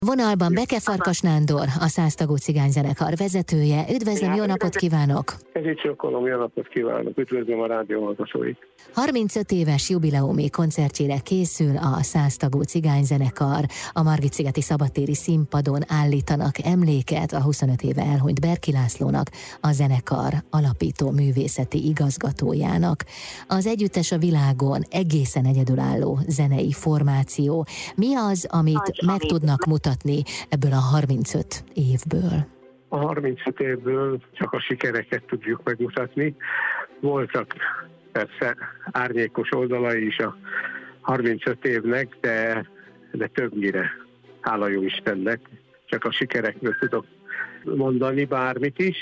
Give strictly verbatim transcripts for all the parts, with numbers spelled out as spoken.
Vonalban Beke Farkas Nándor, a száz tagú cigányzenekar vezetője. Üdvözlöm, jó napot kívánok! Ezügycsókolom, jó napot kívánok! Üdvözlöm a rádió hallgatóit! harmincöt éves jubileumi koncertjére készül a száz tagú cigányzenekar. A Margitszigeti szabadtéri színpadon állítanak emléket a huszonöt éve elhunyt Berki Lászlónak, a zenekar alapító művészeti igazgatójának. Az együttes a világon egészen egyedülálló zenei formáció. Mi az, amit meg tudnak mutatni ebből a harmincöt évből? A harmincöt évből csak a sikereket tudjuk megmutatni. Voltak persze árnyékos oldalai is a harmincöt évnek, de, de többnyire, hála jó Istennek, csak a sikerekről tudok mondani bármit is.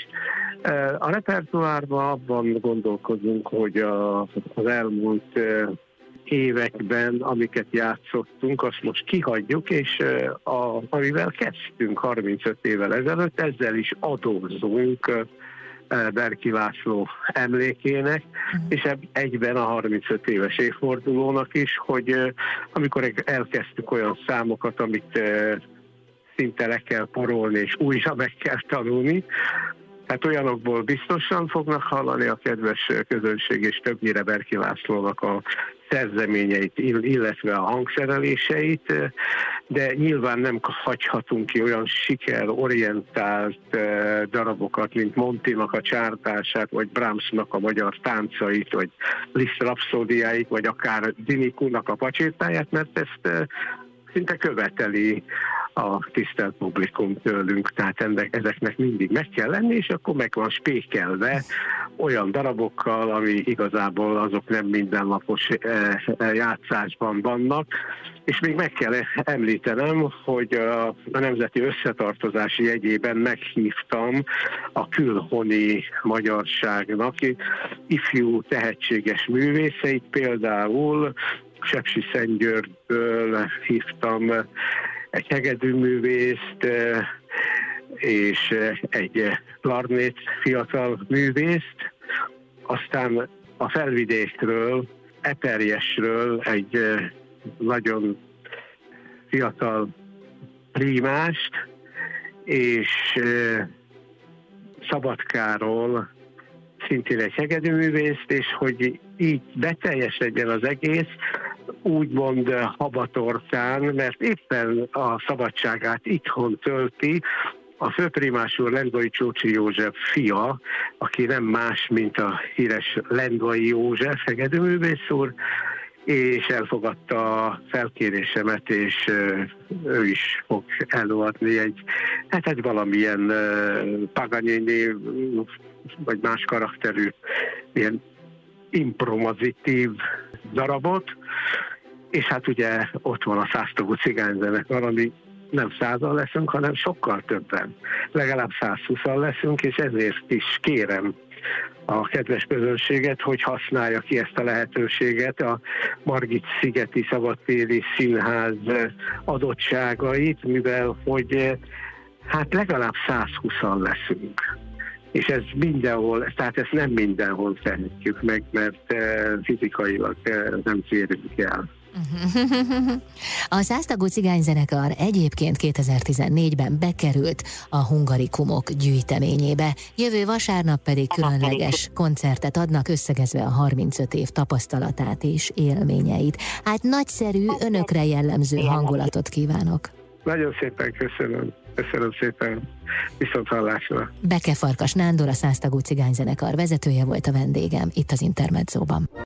A repertoárban abban gondolkozunk, hogy a, az elmúlt években, amiket játszottunk, azt most kihagyjuk, és a, amivel kezdtünk harmincöt évvel ezelőtt, ezzel is adózzunk Berki László emlékének, és egyben a harmincöt éves évfordulónak is, hogy amikor elkezdtük olyan számokat, amit szinte le kell porolni, és újra meg kell tanulni, hát olyanokból biztosan fognak hallani a kedves közönség, és többnyire Berki Lászlónak a szerzeményeit, illetve a hangszereléseit, de nyilván nem hagyhatunk ki olyan sikerorientált darabokat, mint Montinak a csártását, vagy Brahmsnak a magyar táncait, vagy Liszt rapszódiáit, vagy akár Dinikunak a pacsétáját, mert ezt szinte követeli a tisztelt publikum tőlünk, tehát ennek, ezeknek mindig meg kell lenni, és akkor meg van spékelve olyan darabokkal, ami igazából azok nem mindennapos eh, játszásban vannak, és még meg kell említenem, hogy a, a Nemzeti Összetartozási jegyében meghívtam a külhoni magyarságnak ifjú tehetséges művészeit, például Sepsiszentgyörgyből hívtam egy hegedűművészt és egy klarnét fiatal művészt, aztán a Felvidékről, Eperjesről egy nagyon fiatal prímást, és Szabadkáról szintén egy hegedűművészt, és hogy így beteljesedjen az egész, úgymond habatortán, mert éppen a szabadságát itthon tölti a főprimás úr Lendvai Csócsi József fia, aki nem más, mint a híres Lendvai József hegedűművész úr, és elfogadta a felkérésemet, és ő is fog előadni egy, hát egy valamilyen Paganini, vagy más karakterű, ilyen improvizatív darabot, és hát ugye ott van a száz tagú cigányzenekar, ami nem százan leszünk, hanem sokkal többen. Legalább százhúszan leszünk, és ezért is kérem a kedves közönséget, hogy használja ki ezt a lehetőséget, a Margitszigeti Szabadtéri Színház adottságait, mivel hogy hát legalább százhúszan leszünk. És ez mindenhol, tehát ezt nem mindenhol tehetjük meg, mert fizikailag nem férünk el. A száz tagú cigányzenekar egyébként kétezer-tizennégyben bekerült a Hungarikumok gyűjteményébe, jövő vasárnap pedig különleges koncertet adnak, összegezve a harmincöt év tapasztalatát és élményeit. Hát nagyszerű, önökre jellemző hangulatot kívánok. Nagyon szépen köszönöm. Köszönöm szépen. Viszont hallásra. Beke Farkas Nándor, a száz tagú cigányzenekar vezetője volt a vendégem itt az Intermedzóban.